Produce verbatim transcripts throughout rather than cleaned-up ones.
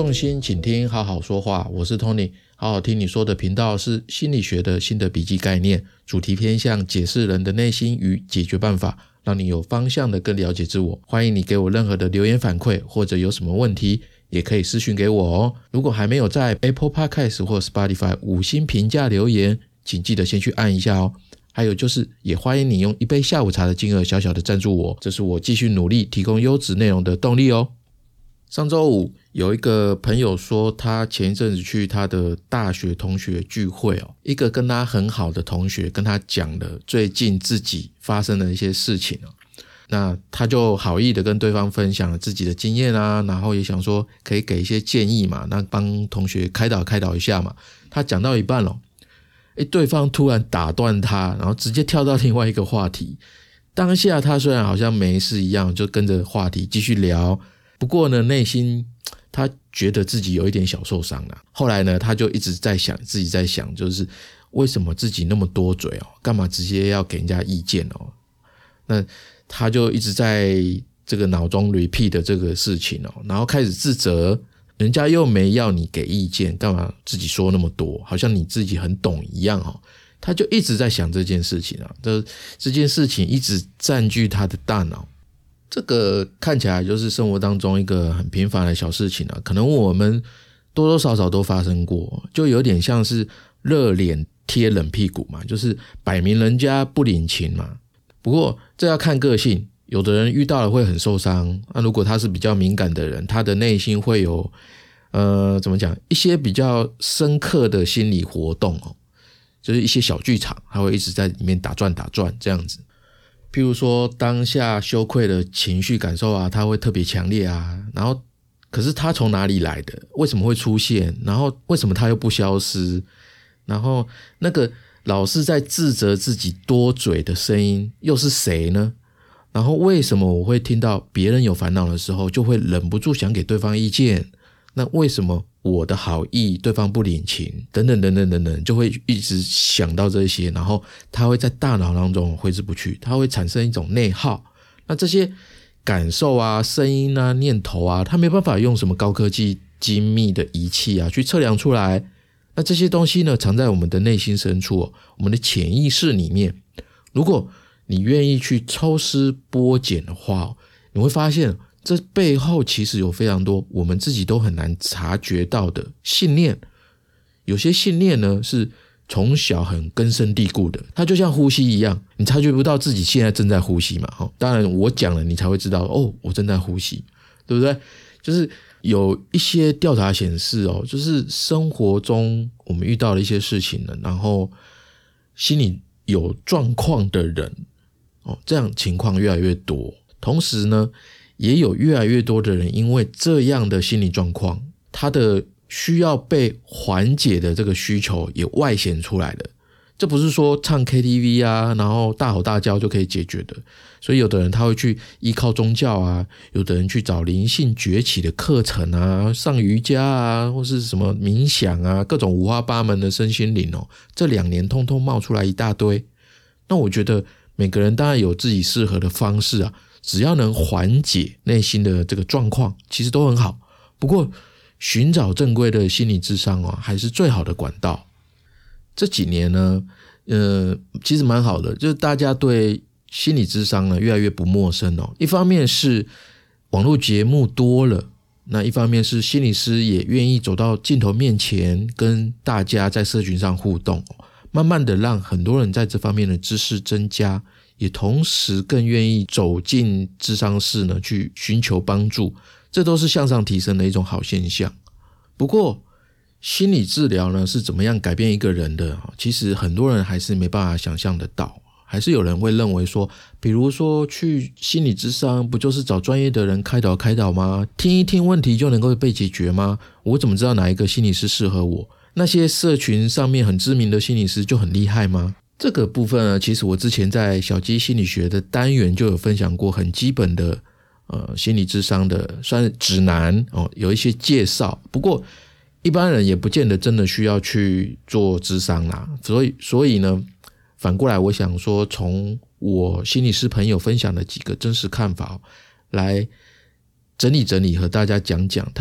用心倾听，好好说话。我是 Tony， 好好听你说的频道是心理学的新的笔记概念，主题偏向解释人的内心与解决办法，让你有方向的更了解自我。欢迎你给我任何的留言反馈，或者有什么问题也可以私讯给我哦。如果还没有在 Apple Podcast 或 Spotify 五星评价留言，请记得先去按一下哦。还有就是也欢迎你用一杯下午茶的金额小小的赞助我，这是我继续努力提供优质内容的动力哦。上周五有一个朋友说他前一阵子去他的大学同学聚会哦，一个跟他很好的同学跟他讲了最近自己发生的一些事情哦，那他就好意的跟对方分享了自己的经验啊，然后也想说可以给一些建议嘛，那帮同学开导开导一下嘛。他讲到一半了，诶，对方突然打断他，然后直接跳到另外一个话题。当下他虽然好像没事一样，就跟着话题继续聊，不过呢，内心他觉得自己有一点小受伤了。后来呢，他就一直在想，自己在想，就是为什么自己那么多嘴哦，干嘛直接要给人家意见哦？那他就一直在这个脑中 repeat 的这个事情哦，然后开始自责。人家又没要你给意见，干嘛自己说那么多，好像你自己很懂一样哦。他就一直在想这件事情啊，这这件事情一直占据他的大脑。这个看起来就是生活当中一个很平凡的小事情啊，可能我们多多少少都发生过，就有点像是热脸贴冷屁股嘛，就是摆明人家不领情嘛。不过这要看个性，有的人遇到了会很受伤，那如果他是比较敏感的人，他的内心会有呃怎么讲，一些比较深刻的心理活动哦，就是一些小剧场，他会一直在里面打转打转这样子。譬如说当下羞愧的情绪感受啊，他会特别强烈啊，然后可是他从哪里来的，为什么会出现，然后为什么他又不消失，然后那个老是在自责自己多嘴的声音又是谁呢？然后为什么我会听到别人有烦恼的时候就会忍不住想给对方意见，那为什么我的好意对方不领情，等等等等等等，就会一直想到这些，然后他会在大脑当中挥之不去，他会产生一种内耗。那这些感受啊、声音啊、念头啊，他没办法用什么高科技精密的仪器啊去测量出来。那这些东西呢，藏在我们的内心深处哦，我们的潜意识里面。如果你愿意去抽丝剥茧的话，你会发现这背后其实有非常多我们自己都很难察觉到的信念。有些信念呢是从小很根深蒂固的，它就像呼吸一样，你察觉不到自己现在正在呼吸嘛。当然我讲了你才会知道，哦，我正在呼吸，对不对？就是有一些调查显示哦，就是生活中我们遇到的一些事情呢，然后心里有状况的人哦，这样情况越来越多。同时呢，也有越来越多的人因为这样的心理状况，他的需要被缓解的这个需求也外显出来了。这不是说唱 K T V 啊，然后大吼大叫就可以解决的。所以有的人他会去依靠宗教啊，有的人去找灵性崛起的课程啊，上瑜伽啊，或是什么冥想啊，各种五花八门的身心灵哦。这两年通通冒出来一大堆。那我觉得每个人当然有自己适合的方式啊，只要能缓解内心的这个状况，其实都很好。不过寻找正规的心理咨商啊，还是最好的管道。这几年呢，呃，其实蛮好的，就是大家对心理咨商呢越来越不陌生哦。一方面是网络节目多了，那一方面是心理师也愿意走到镜头面前，跟大家在社群上互动，慢慢的让很多人在这方面的知识增加，也同时更愿意走进咨商室呢，去寻求帮助，这都是向上提升的一种好现象。不过心理治疗呢是怎么样改变一个人的，其实很多人还是没办法想象得到。还是有人会认为说，比如说去心理咨商不就是找专业的人开导开导吗？听一听问题就能够被解决吗？我怎么知道哪一个心理师适合我？那些社群上面很知名的心理师就很厉害吗？这个部分呢，其实我之前在小鸡心理学的单元就有分享过很基本的呃心理咨商的算是指南哦，有一些介绍。不过一般人也不见得真的需要去做咨商啦，所以所以呢，反过来我想说，从我心理师朋友分享的几个真实看法来整理整理，和大家讲讲他在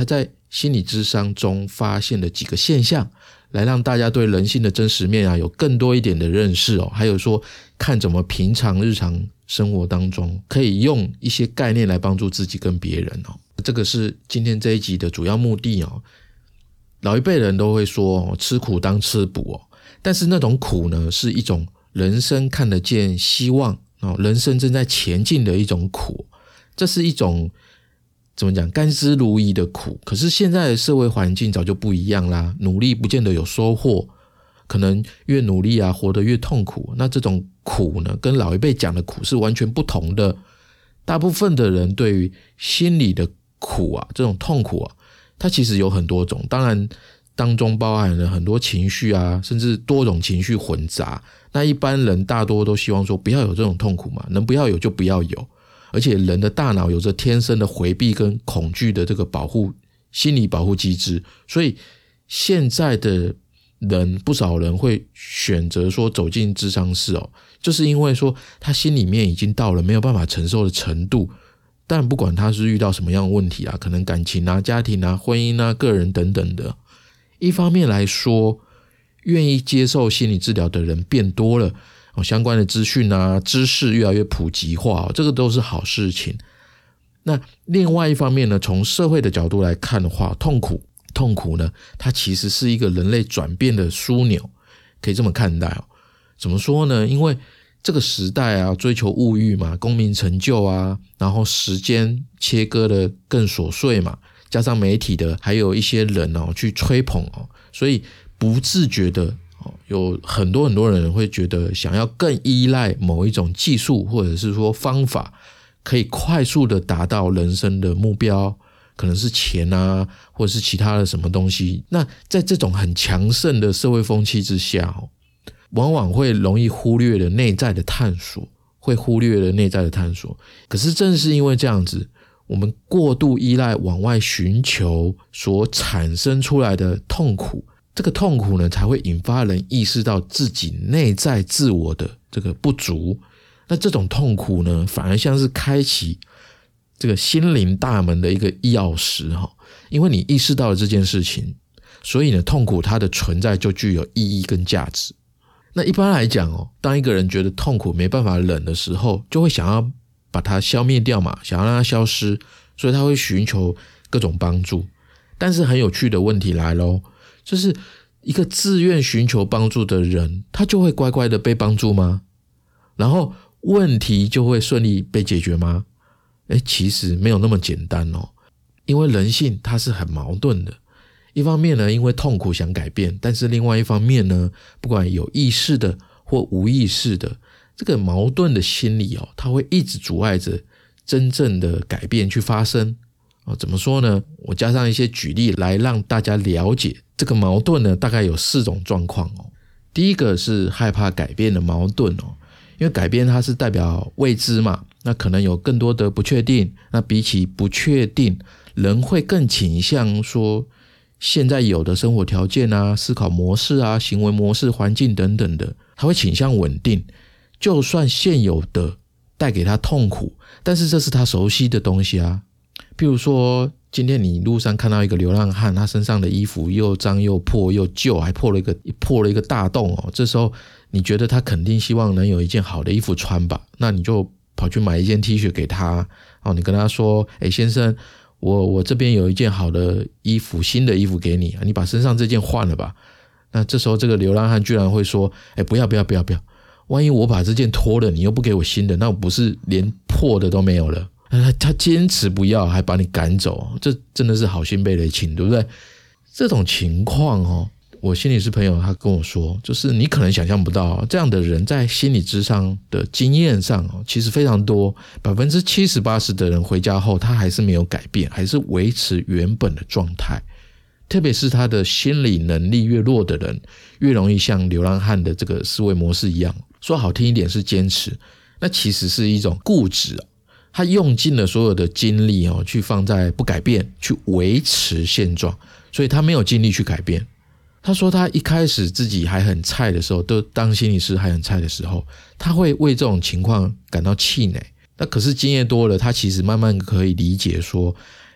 心理咨商中发现的几个现象，来让大家对人性的真实面啊有更多一点的认识哦。还有说看怎么平常日常生活当中可以用一些概念来帮助自己跟别人哦。这个是今天这一集的主要目的哦。老一辈人都会说、哦、吃苦当吃补哦，但是那种苦呢是一种人生看得见希望哦，人生正在前进的一种苦，这是一种怎么讲甘之如饴的苦。可是现在的社会环境早就不一样啦，努力不见得有收获，可能越努力啊活得越痛苦。那这种苦呢跟老一辈讲的苦是完全不同的。大部分的人对于心理的苦啊这种痛苦啊，它其实有很多种，当然当中包含了很多情绪啊，甚至多种情绪混杂。那一般人大多都希望说不要有这种痛苦嘛，能不要有就不要有。而且人的大脑有着天生的回避跟恐惧的这个保护心理保护机制，所以现在的人不少人会选择说走进咨商室哦，就是因为说他心里面已经到了没有办法承受的程度。但不管他是遇到什么样的问题啊，可能感情啊、家庭啊、婚姻啊、个人等等的，一方面来说愿意接受心理治疗的人变多了，相关的资讯啊、知识越来越普及化，这个都是好事情。那另外一方面呢，从社会的角度来看的话，痛苦痛苦呢，它其实是一个人类转变的枢纽，可以这么看待哦。怎么说呢？因为这个时代啊，追求物欲嘛，功名成就啊，然后时间切割的更琐碎嘛，加上媒体的还有一些人哦去吹捧哦，所以不自觉的有很多很多人会觉得想要更依赖某一种技术或者是说方法，可以快速的达到人生的目标，可能是钱啊，或者是其他的什么东西。那在这种很强盛的社会风气之下，往往会容易忽略了内在的探索，会忽略了内在的探索。可是正是因为这样子，我们过度依赖往外寻求所产生出来的痛苦，这个痛苦呢，才会引发人意识到自己内在自我的这个不足。那这种痛苦呢，反而像是开启这个心灵大门的一个钥匙，因为你意识到了这件事情，所以呢，痛苦它的存在就具有意义跟价值。那一般来讲哦，当一个人觉得痛苦没办法忍的时候，就会想要把它消灭掉嘛，想要让它消失，所以他会寻求各种帮助。但是很有趣的问题来咯，就是一个自愿寻求帮助的人，他就会乖乖的被帮助吗？然后问题就会顺利被解决吗？诶，其实没有那么简单哦，因为人性它是很矛盾的。一方面呢，因为痛苦想改变，但是另外一方面呢，不管有意识的或无意识的，这个矛盾的心理哦，它会一直阻碍着真正的改变去发生。哦，怎么说呢？我加上一些举例来让大家了解这个矛盾呢，大概有四种状况哦。第一个是害怕改变的矛盾哦，因为改变它是代表未知嘛，那可能有更多的不确定，那比起不确定，人会更倾向说现在有的生活条件啊、思考模式啊、行为模式、环境等等的，他会倾向稳定。就算现有的带给他痛苦，但是这是他熟悉的东西啊。譬如说，今天你路上看到一个流浪汉，他身上的衣服又脏又破又旧，还破了一个破了一个大洞哦。这时候你觉得他肯定希望能有一件好的衣服穿吧？那你就跑去买一件 T 恤给他哦。你跟他说：“诶，先生。”我我这边有一件好的衣服，新的衣服给你，你把身上这件换了吧。那这时候这个流浪汉居然会说，哎，不要不要不要不要，万一我把这件脱了，你又不给我新的，那我不是连破的都没有了。他坚持不要，还把你赶走，这真的是好心被雷侵，对不对？这种情况哦，我心理师朋友他跟我说，就是你可能想象不到，这样的人在心理咨商的经验上其实非常多， 百分之七十到八十 的人回家后他还是没有改变，还是维持原本的状态。特别是他的心理能力越弱的人，越容易像流浪汉的这个思维模式一样，说好听一点是坚持，那其实是一种固执，他用尽了所有的精力去放在不改变，去维持现状，所以他没有精力去改变。他说他一开始自己还很菜的时候，都当心理师还很菜的时候，他会为这种情况感到气馁。那可是经验多了，他其实慢慢可以理解说，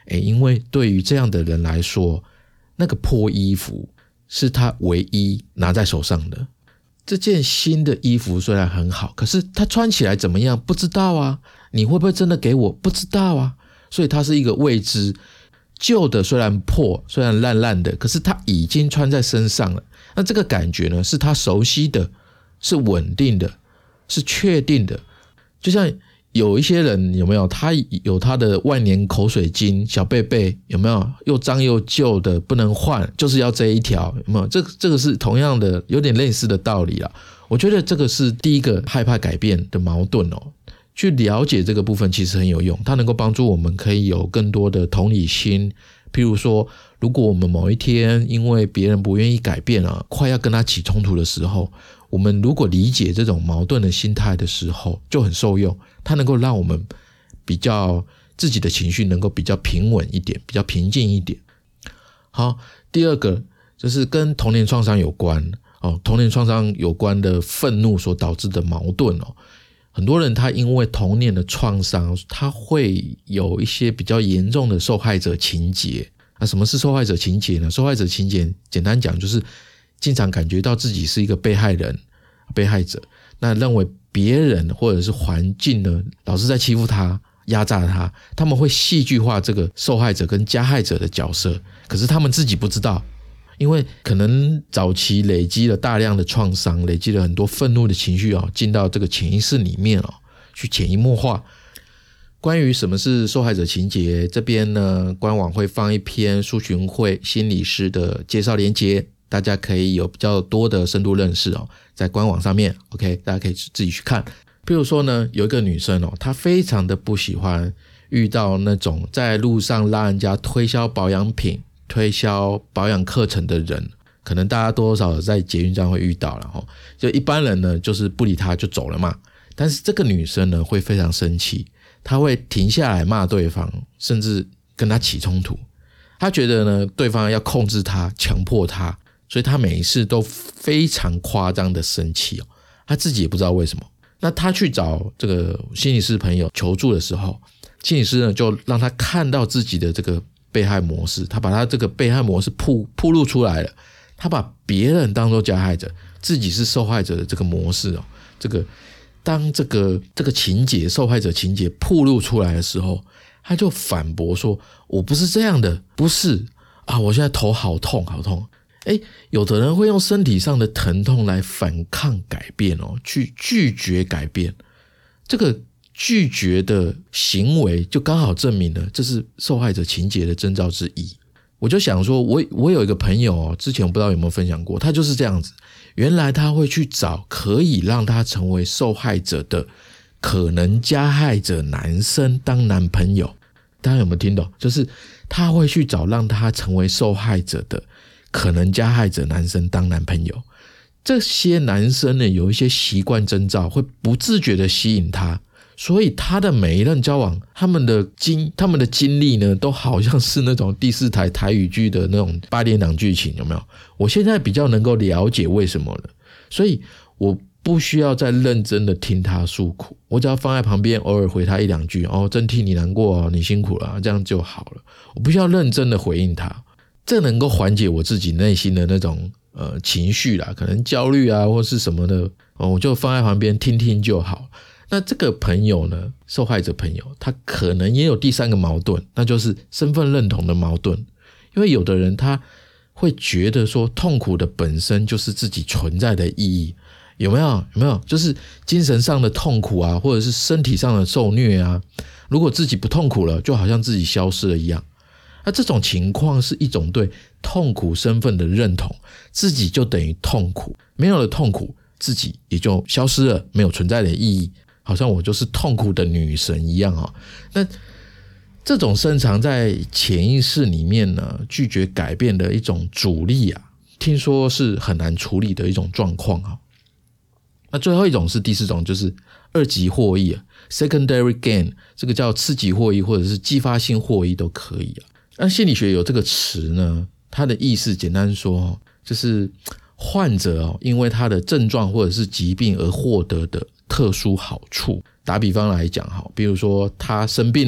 诶，因为对于这样的人来说，那个破衣服是他唯一拿在手上的。这件新的衣服虽然很好，可是他穿起来怎么样不知道啊，你会不会真的给我不知道啊，所以它是一个未知。旧的虽然破，虽然烂烂的，可是他已经穿在身上了，那这个感觉呢，是他熟悉的，是稳定的，是确定的。就像有一些人有没有，他有他的万年口水巾小贝贝，有没有又脏又旧的不能换，就是要这一条，有没有？这这个是同样的有点类似的道理啦。我觉得这个是第一个害怕改变的矛盾哦。去了解这个部分其实很有用，它能够帮助我们可以有更多的同理心。譬如说，如果我们某一天因为别人不愿意改变啊，快要跟他起冲突的时候，我们如果理解这种矛盾的心态的时候，就很受用。它能够让我们比较自己的情绪能够比较平稳一点，比较平静一点。好，第二个就是跟童年创伤有关哦，童年创伤有关的愤怒所导致的矛盾哦。很多人他因为童年的创伤，他会有一些比较严重的受害者情节。那什么是受害者情节呢？受害者情节简单讲就是经常感觉到自己是一个被害人、被害者，那认为别人或者是环境呢老是在欺负他、压榨他，他们会戏剧化这个受害者跟加害者的角色，可是他们自己不知道。因为可能早期累积了大量的创伤，累积了很多愤怒的情绪哦，进到这个潜意识里面哦，去潜移默化。关于什么是受害者情节，这边呢官网会放一篇苏群慧心理师的介绍连结，大家可以有比较多的深度认识哦，在官网上面 OK， 大家可以自己去看。譬如说呢，有一个女生哦，她非常的不喜欢遇到那种在路上拉人家推销保养品、推销保养课程的人，可能大家多多少少在捷运站会遇到了齁。就一般人呢，就是不理他就走了嘛。但是这个女生呢，会非常生气，她会停下来骂对方，甚至跟他起冲突。她觉得呢，对方要控制她、强迫她，所以她每一次都非常夸张的生气哦。她自己也不知道为什么。那她去找这个心理师朋友求助的时候，心理师呢就让她看到自己的这个被害模式，他把他这个被害模式铺铺露出来了，他把别人当作加害者，自己是受害者的这个模式哦，这个当这个这个情节受害者情节铺露出来的时候，他就反驳说：“我不是这样的，不是啊，我现在头好痛好痛。”诶，有的人会用身体上的疼痛来反抗改变哦，去拒绝改变。这个拒绝的行为就刚好证明了这是受害者情节的征兆之一。我就想说，我我有一个朋友哦，之前我不知道有没有分享过，他就是这样子。原来他会去找可以让他成为受害者的可能加害者男生当男朋友。大家有没有听懂？就是他会去找让他成为受害者的可能加害者男生当男朋友。这些男生呢，有一些习惯征兆会不自觉的吸引他，所以他的每一任交往，他们的经他们的经历呢，都好像是那种第四台台语剧的那种八点档剧情，有没有？我现在比较能够了解为什么了，所以我不需要再认真的听他诉苦，我只要放在旁边，偶尔回他一两句，哦，真替你难过哦，你辛苦了，这样就好了。我不需要认真的回应他，这能够缓解我自己内心的那种呃情绪啦，可能焦虑啊或是什么的，哦，我就放在旁边听听就好。那这个朋友呢，受害者朋友，他可能也有第三个矛盾，那就是身份认同的矛盾。因为有的人他会觉得说，痛苦的本身就是自己存在的意义，有没有？有没有？就是精神上的痛苦啊，或者是身体上的受虐啊，如果自己不痛苦了，就好像自己消失了一样。那这种情况是一种对痛苦身份的认同，自己就等于痛苦，没有了痛苦，自己也就消失了，没有存在的意义。好像我就是痛苦的女神一样哦。那这种深藏在潜意识里面呢，拒绝改变的一种阻力啊，听说是很难处理的一种状况啊。那最后一种是第四种，就是二级获益啊 ，secondary gain， 这个叫次级获益或者是继发性获益都可以啊。那心理学有这个词呢，它的意思简单说，就是患者哦，因为他的症状或者是疾病而获得的特殊好处。打比方来讲，比如说他生病了，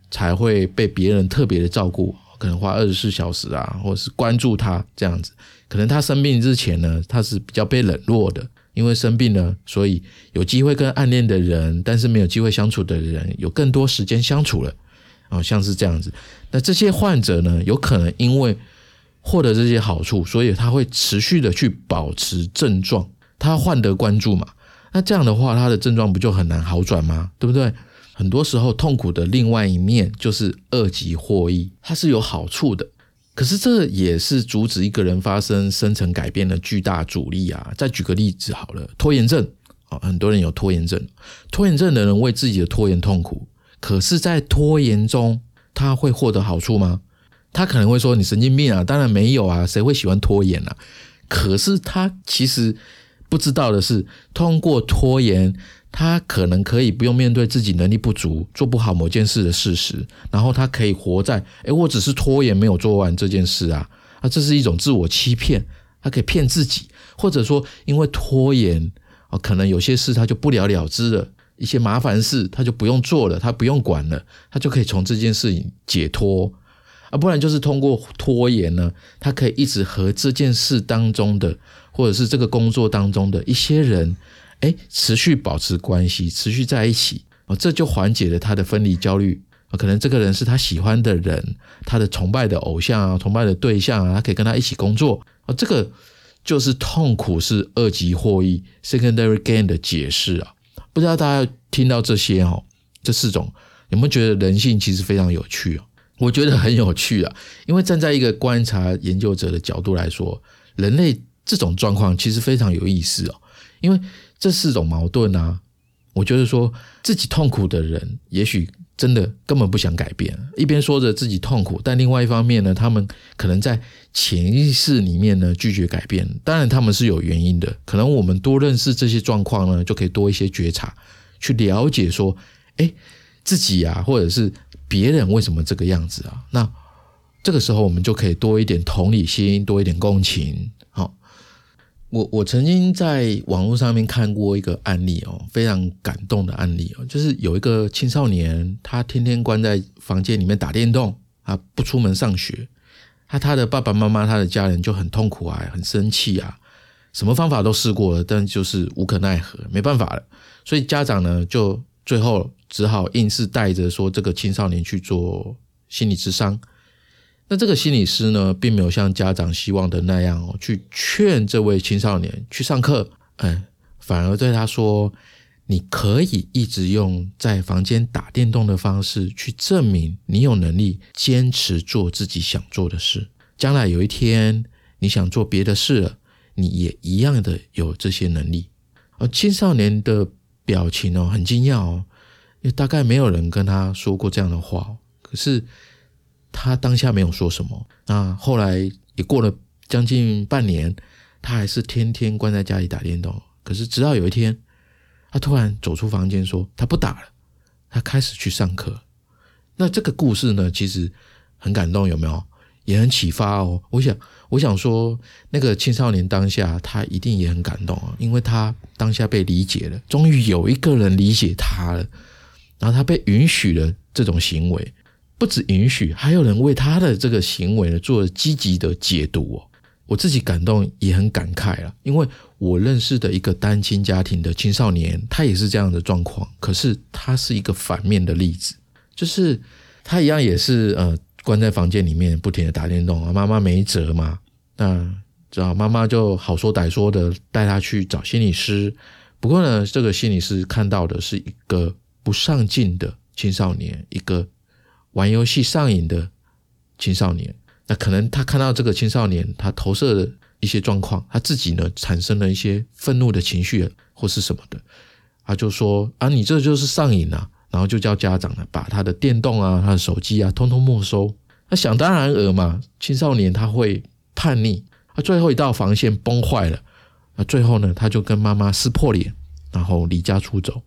才会被别人特别的照顾，可能花二十四小时啊，或者是关注他这样子。可能他生病之前呢，他是比较被冷落的，因为生病了，所以有机会跟暗恋的人，但是没有机会相处的人，有更多时间相处了，哦，像是这样子。那这些患者呢，有可能因为获得这些好处，所以他会持续的去保持症状，他患得关注嘛。那这样的话，他的症状不就很难好转吗？对不对？很多时候痛苦的另外一面就是二级获益，它是有好处的，可是这也是阻止一个人发生深层改变的巨大阻力啊。再举个例子好了，拖延症，很多人有拖延症，拖延症的人为自己的拖延痛苦，可是在拖延中他会获得好处吗？他可能会说你神经病啊，当然没有啊，谁会喜欢拖延啊？可是他其实不知道的是，通过拖延他可能可以不用面对自己能力不足做不好某件事的事实，然后他可以活在诶我只是拖延没有做完这件事啊，啊这是一种自我欺骗，他可以骗自己，或者说因为拖延、啊、可能有些事他就不了了之了，一些麻烦事他就不用做了，他不用管了，他就可以从这件事情解脱啊，不然就是通过拖延呢，他可以一直和这件事当中的或者是这个工作当中的一些人诶持续保持关系，持续在一起、哦、这就缓解了他的分离焦虑、哦、可能这个人是他喜欢的人，他的崇拜的偶像啊，崇拜的对象啊，他可以跟他一起工作、哦、这个就是痛苦是二级获益 secondary gain 的解释啊。不知道大家听到这些哦，这四种有没有觉得人性其实非常有趣哦？我觉得很有趣啊，因为站在一个观察研究者的角度来说，人类这种状况其实非常有意思哦。因为这四种矛盾啊，我觉得说自己痛苦的人也许真的根本不想改变，一边说着自己痛苦，但另外一方面呢，他们可能在潜意识里面呢拒绝改变。当然他们是有原因的，可能我们多认识这些状况呢，就可以多一些觉察，去了解说诶自己啊，或者是别人为什么这个样子啊，那这个时候我们就可以多一点同理心，多一点共情。好，我我曾经在网络上面看过一个案例哦，非常感动的案例哦，就是有一个青少年，他天天关在房间里面打电动，他不出门上学，他他的爸爸妈妈他的家人就很痛苦啊，很生气啊，什么方法都试过了，但就是无可奈何，没办法了，所以家长呢就最后只好硬是带着说这个青少年去做心理咨商。那这个心理师呢，并没有像家长希望的那样、哦、去劝这位青少年去上课，哎，反而对他说，你可以一直用在房间打电动的方式去证明你有能力坚持做自己想做的事，将来有一天你想做别的事了，你也一样的有这些能力。而青少年的表情哦很惊讶哦，因为大概没有人跟他说过这样的话、哦、可是他当下没有说什么。那后来也过了将近半年，他还是天天关在家里打电动。可是直到有一天，他突然走出房间说他不打了，他开始去上课。那这个故事呢，其实很感动，有没有？也很启发哦。我想我想说那个青少年当下他一定也很感动啊，因为他当下被理解了，终于有一个人理解他了，然后他被允许了这种行为，不止允许，还有人为他的这个行为呢做了积极的解读哦。我自己感动也很感慨啦，因为我认识的一个单亲家庭的青少年，他也是这样的状况，可是他是一个反面的例子，就是他一样也是呃关在房间里面不停的打电动啊，妈妈没辙嘛，那只好妈妈就好说歹说的带他去找心理师。不过呢，这个心理师看到的是一个不上进的青少年，一个玩游戏上瘾的青少年。那可能他看到这个青少年他投射的一些状况，他自己呢产生了一些愤怒的情绪或是什么的，他就说啊你这就是上瘾啊，然后就叫家长呢把他的电动啊他的手机啊通通没收。那想当然尔嘛，青少年他会叛逆，他最后一道防线崩坏了，那最后呢他就跟妈妈撕破脸，然后离家出走。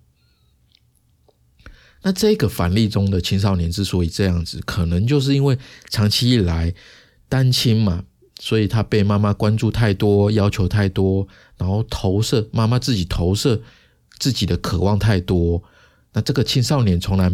那这个反例中的青少年之所以这样子，可能就是因为长期以来单亲嘛，所以他被妈妈关注太多，要求太多，然后投射妈妈自己投射自己的渴望太多。那这个青少年从来没有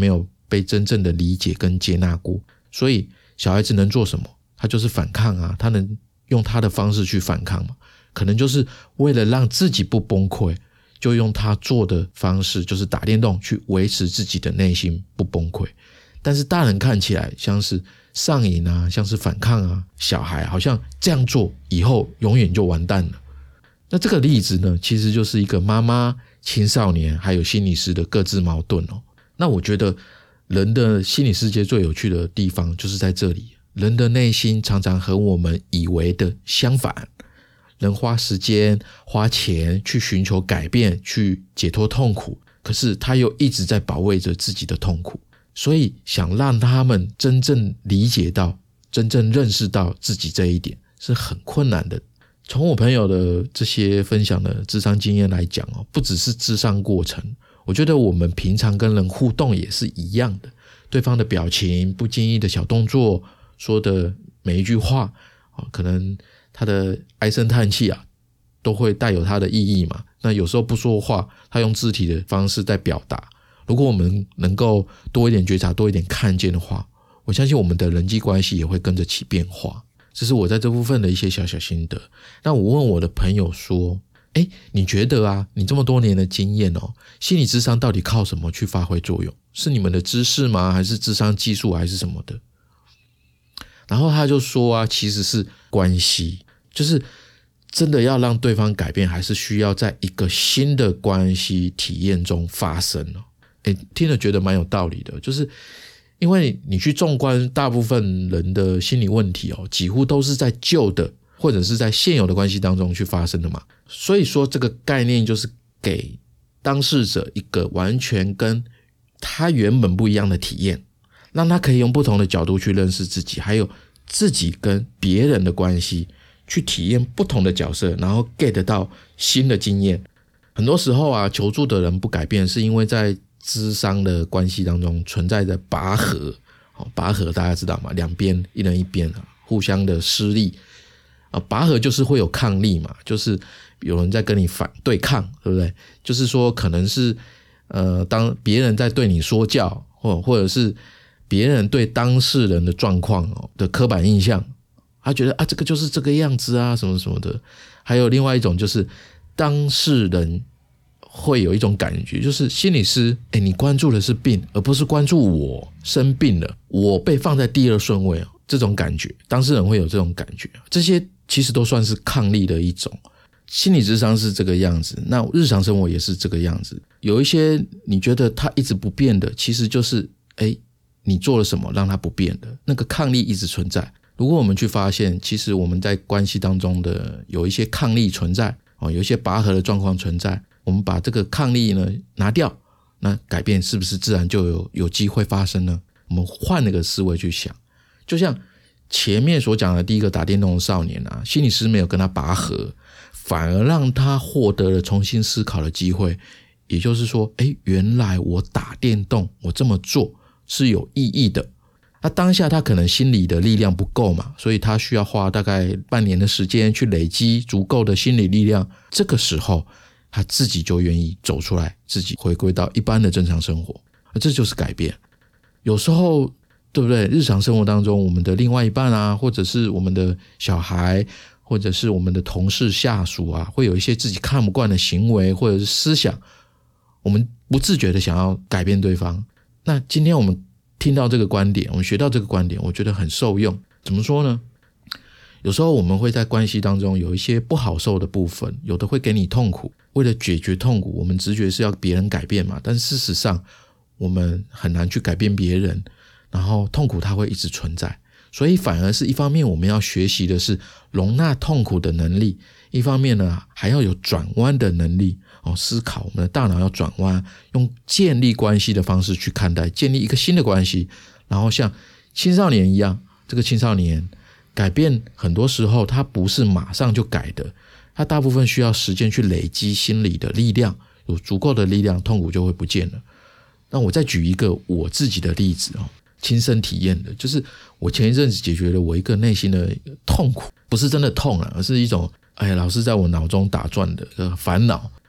被真正的理解跟接纳过。所以小孩子能做什么？他就是反抗啊，他能用他的方式去反抗嘛，可能就是为了让自己不崩溃，就用他做的方式，就是打电动去维持自己的内心不崩溃。但是大人看起来像是上瘾啊，像是反抗啊，小孩好像这样做以后永远就完蛋了。那这个例子呢，其实就是一个妈妈、青少年还有心理师的各自矛盾哦。那我觉得人的心理世界最有趣的地方就是在这里，人的内心常常和我们以为的相反。人花时间花钱去寻求改变，去解脱痛苦，可是他又一直在保卫着自己的痛苦。所以想让他们真正理解到，真正认识到自己这一点是很困难的。从我朋友的这些分享的諮商经验来讲哦，不只是諮商过程，我觉得我们平常跟人互动也是一样的。对方的表情、不经意的小动作、说的每一句话，可能他的唉声叹气啊，都会带有他的意义嘛。那有时候不说话，他用肢体的方式在表达。如果我们能够多一点觉察，多一点看见的话，我相信我们的人际关系也会跟着起变化。这是我在这部分的一些小小心得。那我问我的朋友说，诶，你觉得啊，你这么多年的经验哦，心理諮商到底靠什么去发挥作用？是你们的知识吗？还是諮商技术还是什么的？然后他就说啊，其实是关系，就是真的要让对方改变，还是需要在一个新的关系体验中发生哦。诶，听了觉得蛮有道理的，就是因为你去纵观大部分人的心理问题哦，几乎都是在旧的或者是在现有的关系当中去发生的嘛。所以说这个概念就是给当事者一个完全跟他原本不一样的体验，让他可以用不同的角度去认识自己，还有自己跟别人的关系，去体验不同的角色，然后 get 到新的经验。很多时候啊，求助的人不改变，是因为在諮商的关系当中存在着拔河。拔河大家知道吗？两边一人一边互相的施力。拔河就是会有抗力嘛，就是有人在跟你反对抗，对不对？就是说可能是呃，当别人在对你说教，或或者是别人对当事人的状况的刻板印象，他觉得啊这个就是这个样子啊什么什么的。还有另外一种就是当事人会有一种感觉，就是心理师诶你关注的是病，而不是关注我生病了，我被放在第二顺位，这种感觉当事人会有这种感觉。这些其实都算是抗力的一种。心理諮商是这个样子，那日常生活也是这个样子。有一些你觉得它一直不变的，其实就是诶你做了什么让它不变的，那个抗力一直存在。如果我们去发现其实我们在关系当中的有一些抗力存在，有一些拔河的状况存在，我们把这个抗力呢拿掉，那改变是不是自然就有有机会发生呢？我们换那个思维去想，就像前面所讲的第一个打电动的少年啊，心理师没有跟他拔河，反而让他获得了重新思考的机会。也就是说，诶，原来我打电动，我这么做是有意义的。那当下他可能心理的力量不够嘛，所以他需要花大概半年的时间去累积足够的心理力量。这个时候他自己就愿意走出来，自己回归到一般的正常生活，这就是改变。有时候对不对？日常生活当中，我们的另外一半啊，或者是我们的小孩，或者是我们的同事下属啊，会有一些自己看不惯的行为或者是思想，我们不自觉的想要改变对方。那今天我们听到这个观点，我们学到这个观点，我觉得很受用。怎么说呢？有时候我们会在关系当中有一些不好受的部分，有的会给你痛苦，为了解决痛苦，我们直觉是要别人改变嘛，但是事实上我们很难去改变别人，然后痛苦它会一直存在。所以反而是一方面我们要学习的是容纳痛苦的能力，一方面呢还要有转弯的能力，哦，思考我们的大脑要转弯，用建立关系的方式去看待，建立一个新的关系。然后像青少年一样，这个青少年改变很多时候它不是马上就改的，它大部分需要时间去累积心理的力量，有足够的力量，痛苦就会不见了。那我再举一个我自己的例子哦，亲身体验的，就是我前一阵子解决了我一个内心的痛苦，不是真的痛啊，而是一种哎，老是在我脑中打转的烦恼。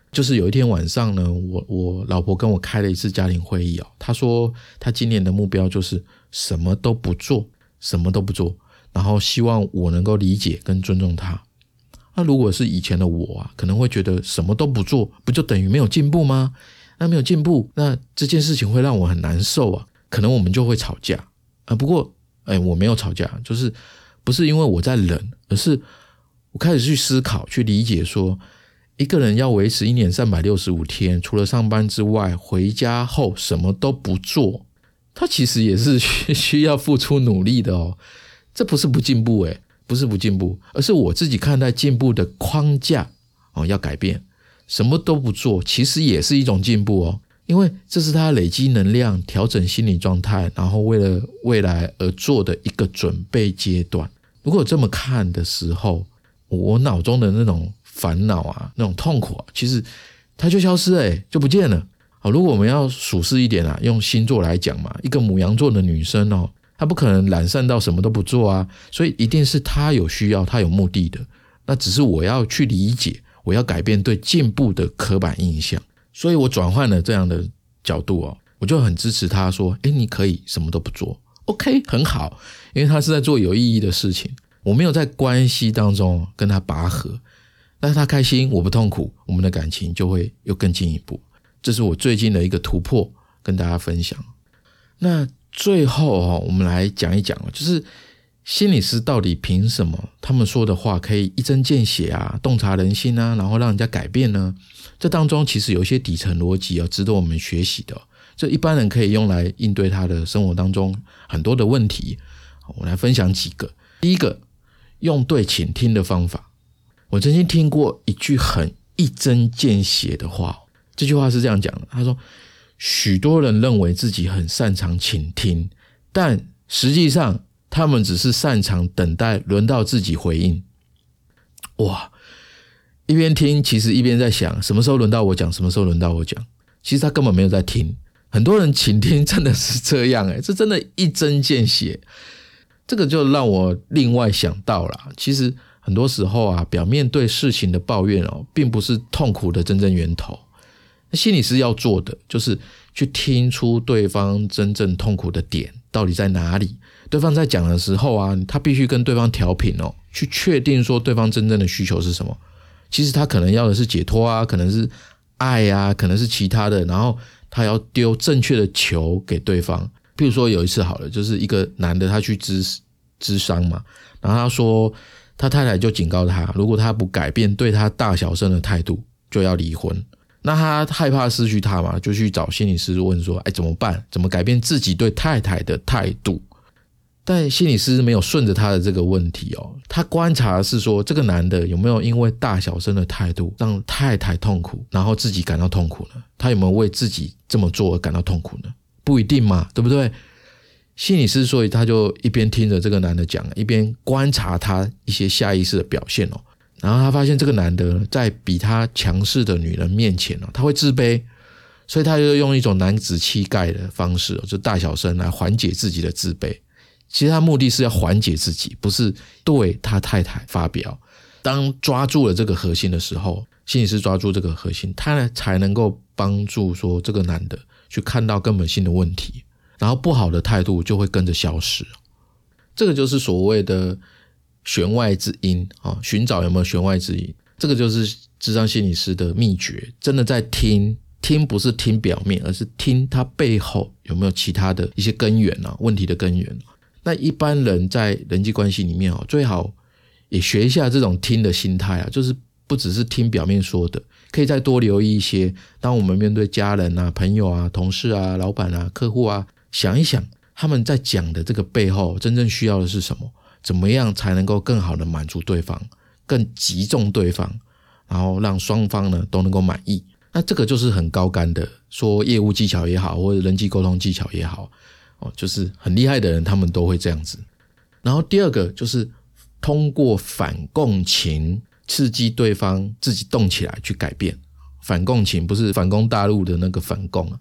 就是有一天晚上呢，我我老婆跟我开了一次家庭会议哦，她说她今年的目标就是什么都不做，什么都不做，然后希望我能够理解跟尊重她。那如果是以前的我啊，可能会觉得什么都不做，不就等于没有进步吗？那没有进步，那这件事情会让我很难受啊，可能我们就会吵架啊。不过，哎，我没有吵架，就是不是因为我在忍，而是我开始去思考、去理解说，一个人要维持一年三百六十五天，除了上班之外，回家后什么都不做，他其实也是需要付出努力的哦。这不是不进步诶，不是不进步，而是我自己看待进步的框架哦要改变。什么都不做其实也是一种进步哦，因为这是他累积能量、调整心理状态，然后为了未来而做的一个准备阶段。如果这么看的时候，我脑中的那种烦恼啊，那种痛苦啊，其实它就消失了耶，就不见了。好，如果我们要数视一点啊，用星座来讲嘛，一个牡羊座的女生哦，她不可能懒散到什么都不做啊，所以一定是她有需要，她有目的的。那只是我要去理解，我要改变对进步的刻板印象，所以我转换了这样的角度哦，我就很支持她说，诶，你可以什么都不做 OK 很好，因为她是在做有意义的事情，我没有在关系当中跟她拔河，但是她开心我不痛苦，我们的感情就会又更进一步。这是我最近的一个突破，跟大家分享。那最后哦，我们来讲一讲，就是心理师到底凭什么他们说的话可以一针见血啊，洞察人心啊，然后让人家改变呢？这当中其实有一些底层逻辑啊，值得我们学习的，这一般人可以用来应对他的生活当中很多的问题。我来分享几个。第一个，用对倾听的方法。我曾经听过一句很一针见血的话，这句话是这样讲的，他说，许多人认为自己很擅长倾听，但实际上他们只是擅长等待轮到自己回应。哇，一边听其实一边在想什么时候轮到我讲，什么时候轮到我讲，其实他根本没有在听。很多人倾听真的是这样诶，这真的一针见血。这个就让我另外想到了，其实很多时候啊，表面对事情的抱怨哦，并不是痛苦的真正源头。心理师要做的就是去听出对方真正痛苦的点到底在哪里。对方在讲的时候啊，他必须跟对方调频哦，去确定说对方真正的需求是什么。其实他可能要的是解脱啊，可能是爱啊，可能是其他的，然后他要丢正确的球给对方。譬如说有一次好了，就是一个男的他去咨咨商嘛，然后他说他太太就警告他，如果他不改变对他大小声的态度，就要离婚。那他害怕失去他嘛，就去找心理师问说，哎，怎么办？怎么改变自己对太太的态度？但心理师没有顺着他的这个问题哦，他观察的是说，这个男的有没有因为大小声的态度让太太痛苦，然后自己感到痛苦呢？他有没有为自己这么做而感到痛苦呢？不一定嘛，对不对？心理师所以他就一边听着这个男的讲，一边观察他一些下意识的表现哦。然后他发现这个男的在比他强势的女人面前哦，他会自卑，所以他就用一种男子气概的方式，就大小声来缓解自己的自卑。其实他目的是要缓解自己，不是对他太太发表。当抓住了这个核心的时候，心理师抓住这个核心，他才能够帮助说这个男的去看到根本性的问题，然后不好的态度就会跟着消失。这个就是所谓的弦外之音啊，寻找有没有弦外之音，这个就是諮商心理师的秘诀。真的在听，听不是听表面，而是听他背后有没有其他的一些根源啊，问题的根源。那一般人在人际关系里面哦，最好也学一下这种听的心态啊，就是不只是听表面说的，可以再多留意一些。当我们面对家人啊、朋友啊、同事啊、老板啊、客户啊，想一想他们在讲的这个背后真正需要的是什么，怎么样才能够更好的满足对方，更击中对方，然后让双方呢都能够满意。那这个就是很高竿的，说业务技巧也好，或者人际沟通技巧也好，哦，就是很厉害的人他们都会这样子。然后第二个就是通过反共情刺激对方自己动起来去改变。反共情不是反攻大陆的那个反共，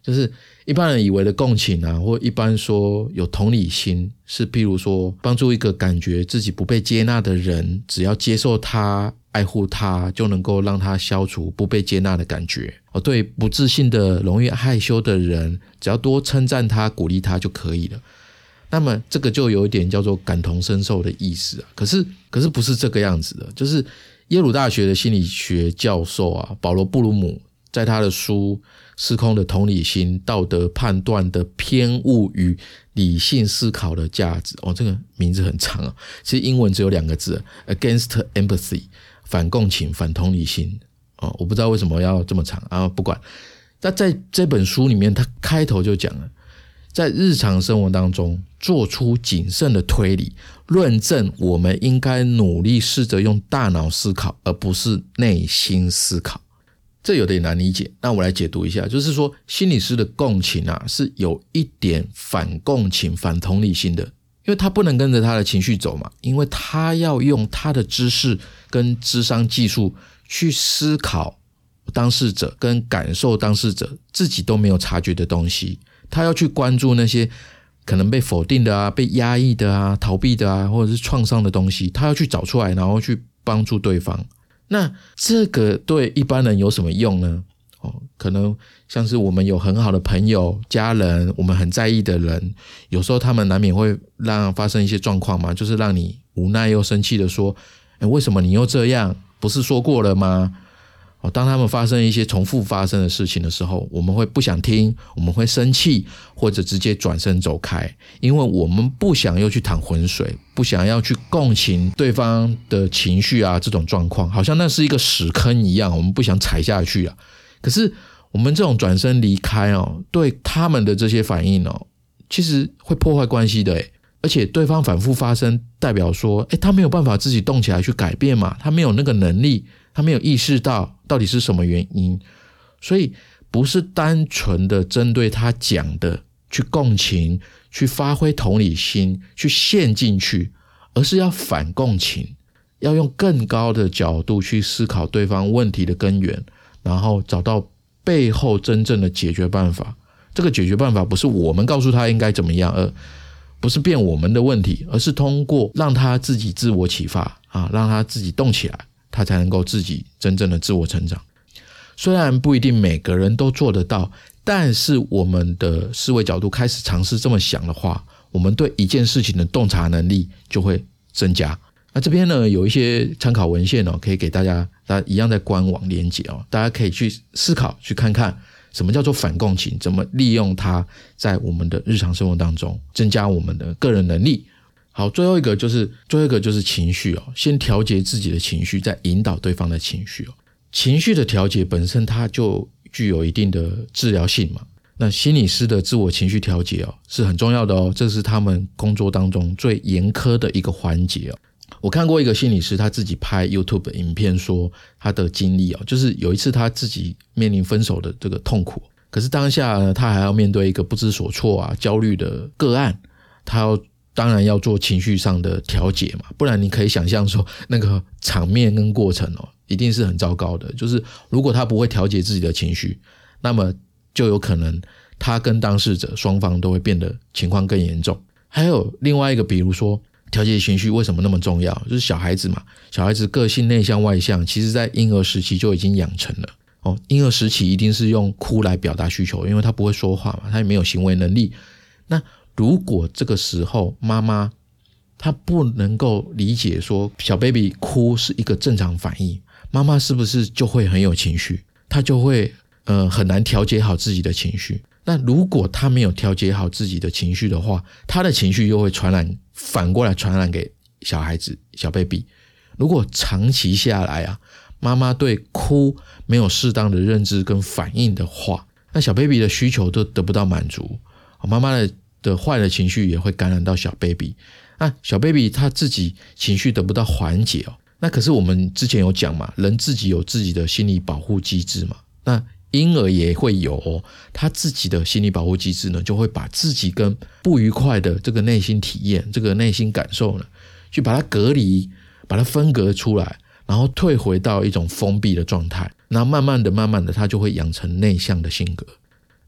就是一般人以为的共情啊，或一般说有同理心，是譬如说帮助一个感觉自己不被接纳的人，只要接受他爱护他，就能够让他消除不被接纳的感觉。哦，对不自信的容易害羞的人，只要多称赞他鼓励他就可以了。那么这个就有一点叫做感同身受的意思啊。可是可是不是这个样子的，就是耶鲁大学的心理学教授啊，保罗布鲁姆在他的书《失控的同理心：道德判断的偏误与理性思考的价值》哦，这个名字很长啊，其实英文只有两个字 Against Empathy， 反共情反同理心哦，我不知道为什么要这么长啊，不管。那在这本书里面，他开头就讲了，在日常生活当中做出谨慎的推理，论证我们应该努力试着用大脑思考，而不是内心思考。这有点难理解，那我来解读一下，就是说心理师的共情啊，是有一点反共情反同理心的，因为他不能跟着他的情绪走嘛，因为他要用他的知识跟諮商技术去思考当事者跟感受当事者自己都没有察觉的东西，他要去关注那些可能被否定的啊、被压抑的啊、逃避的啊，或者是创伤的东西，他要去找出来，然后去帮助对方。那这个对一般人有什么用呢？哦，可能像是我们有很好的朋友、家人，我们很在意的人，有时候他们难免会让发生一些状况嘛，就是让你无奈又生气的说，诶，为什么你又这样？不是说过了吗？当他们发生一些重复发生的事情的时候，我们会不想听，我们会生气，或者直接转身走开，因为我们不想又去淌浑水，不想要去共情对方的情绪啊，这种状况好像那是一个屎坑一样，我们不想踩下去啊。可是我们这种转身离开哦，对他们的这些反应哦，其实会破坏关系的诶，而且对方反复发生，代表说，诶，他没有办法自己动起来去改变嘛，他没有那个能力，他没有意识到到底是什么原因，所以不是单纯的针对他讲的去共情，去发挥同理心，去陷进去，而是要反共情，要用更高的角度去思考对方问题的根源，然后找到背后真正的解决办法。这个解决办法不是我们告诉他应该怎么样，而不是变我们的问题，而是通过让他自己自我启发啊，让他自己动起来，他才能够自己真正的自我成长。虽然不一定每个人都做得到，但是我们的思维角度开始尝试这么想的话，我们对一件事情的洞察能力就会增加。那这边呢有一些参考文献哦，可以给大家，大家一样在官网连结哦，大家可以去思考，去看看什么叫做反共情，怎么利用它在我们的日常生活当中增加我们的个人能力。好，最后一个就是最后一个就是情绪哦，先调节自己的情绪，再引导对方的情绪哦。情绪的调节本身它就具有一定的治疗性嘛，那心理师的自我情绪调节哦是很重要的哦，这是他们工作当中最严苛的一个环节哦。我看过一个心理师他自己拍 YouTube 影片说他的经历哦，就是有一次他自己面临分手的这个痛苦，可是当下呢他还要面对一个不知所措啊焦虑的个案，他要当然要做情绪上的调节嘛，不然你可以想象说那个场面跟过程哦一定是很糟糕的，就是如果他不会调节自己的情绪，那么就有可能他跟当事者双方都会变得情况更严重。还有另外一个比如说调节情绪为什么那么重要，就是小孩子嘛，小孩子个性内向外向，其实在婴儿时期就已经养成了哦。婴儿时期一定是用哭来表达需求，因为他不会说话嘛，他也没有行为能力。那如果这个时候妈妈她不能够理解说小 baby 哭是一个正常反应，妈妈是不是就会很有情绪，她就会呃很难调节好自己的情绪。那如果她没有调节好自己的情绪的话，她的情绪又会传染，反过来传染给小孩子小 baby。 如果长期下来啊，妈妈对哭没有适当的认知跟反应的话，那小 baby 的需求都得不到满足，妈妈的的坏的情绪也会感染到小 baby， 那小 baby 他自己情绪得不到缓解哦。那可是我们之前有讲嘛，人自己有自己的心理保护机制嘛，那婴儿也会有哦，他自己的心理保护机制呢，就会把自己跟不愉快的这个内心体验，这个内心感受呢，去把它隔离，把它分隔出来，然后退回到一种封闭的状态，然后慢慢的慢慢的他就会养成内向的性格。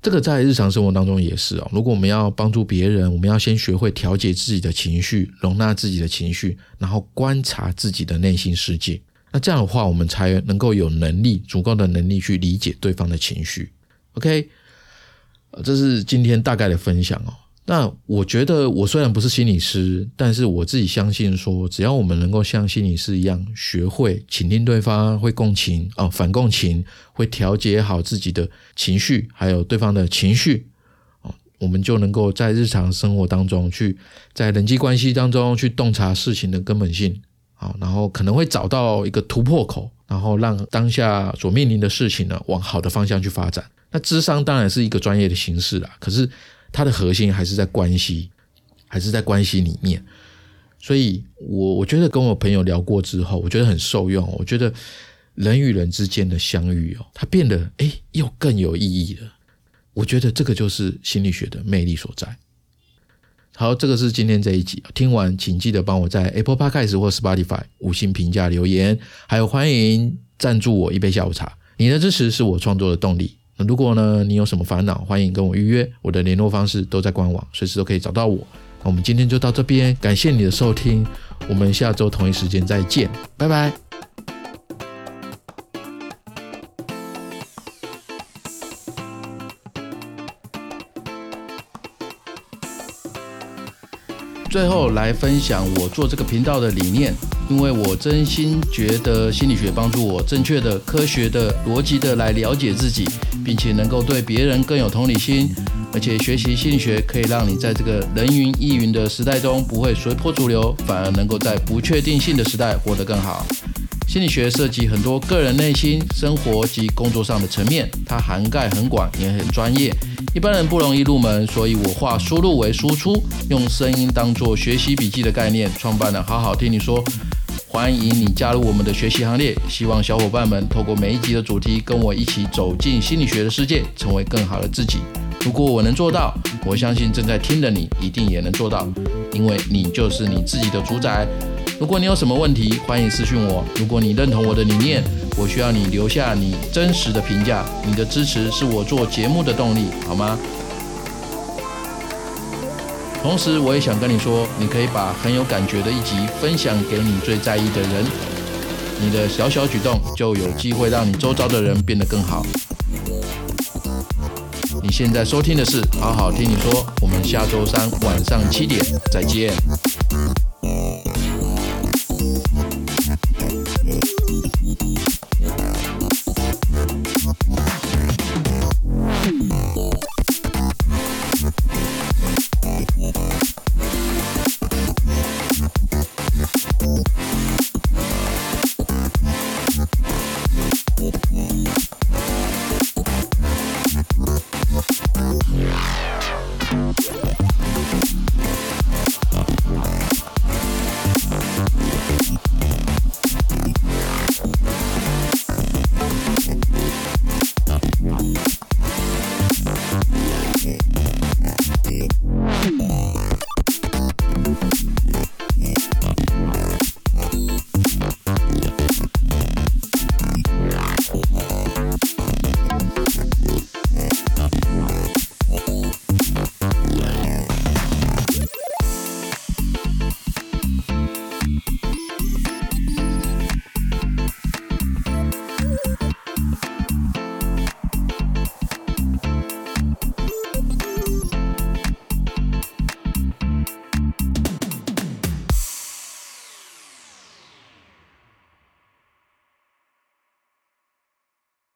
这个在日常生活当中也是哦。如果我们要帮助别人，我们要先学会调节自己的情绪，容纳自己的情绪，然后观察自己的内心世界。那这样的话，我们才能够有能力，足够的能力去理解对方的情绪。OK， 这是今天大概的分享哦。那我觉得我虽然不是心理师，但是我自己相信说，只要我们能够像心理师一样，学会倾听对方，会共情哦，反共情，会调节好自己的情绪，还有对方的情绪哦，我们就能够在日常生活当中去，在人际关系当中去洞察事情的根本性，好，然后可能会找到一个突破口，然后让当下所面临的事情呢往好的方向去发展。那諮商当然是一个专业的形式啦，可是它的核心还是在关系，还是在关系里面。所以我我觉得跟我朋友聊过之后，我觉得很受用。我觉得人与人之间的相遇哦，它变得诶又更有意义了。我觉得这个就是心理学的魅力所在。好，这个是今天这一集，听完请记得帮我在 Apple Podcast 或 Spotify 五星评价留言，还有欢迎赞助我一杯下午茶，你的支持是我创作的动力。那如果呢你有什么烦恼，欢迎跟我预约，我的联络方式都在官网，随时都可以找到我。那我们今天就到这边，感谢你的收听，我们下周同一时间再见，拜拜。最后来分享我做这个频道的理念，因为我真心觉得心理学帮助我正确的、科学的、逻辑的来了解自己，并且能够对别人更有同理心，而且学习心理学可以让你在这个人云亦云的时代中不会随波逐流，反而能够在不确定性的时代活得更好。心理学涉及很多个人内心、生活及工作上的层面，它涵盖很广也很专业，一般人不容易入门，所以我化输入为输出，用声音当作学习笔记的概念，创办了好好听你说。欢迎你加入我们的学习行列，希望小伙伴们透过每一集的主题，跟我一起走进心理学的世界，成为更好的自己。如果我能做到，我相信正在听的你一定也能做到，因为你就是你自己的主宰。如果你有什么问题，欢迎私讯我。如果你认同我的理念，我需要你留下你真实的评价，你的支持是我做节目的动力，好吗？同时我也想跟你说，你可以把很有感觉的一集分享给你最在意的人，你的小小举动就有机会让你周遭的人变得更好。你现在收听的是好好听你说，我们下周三晚上七点再见。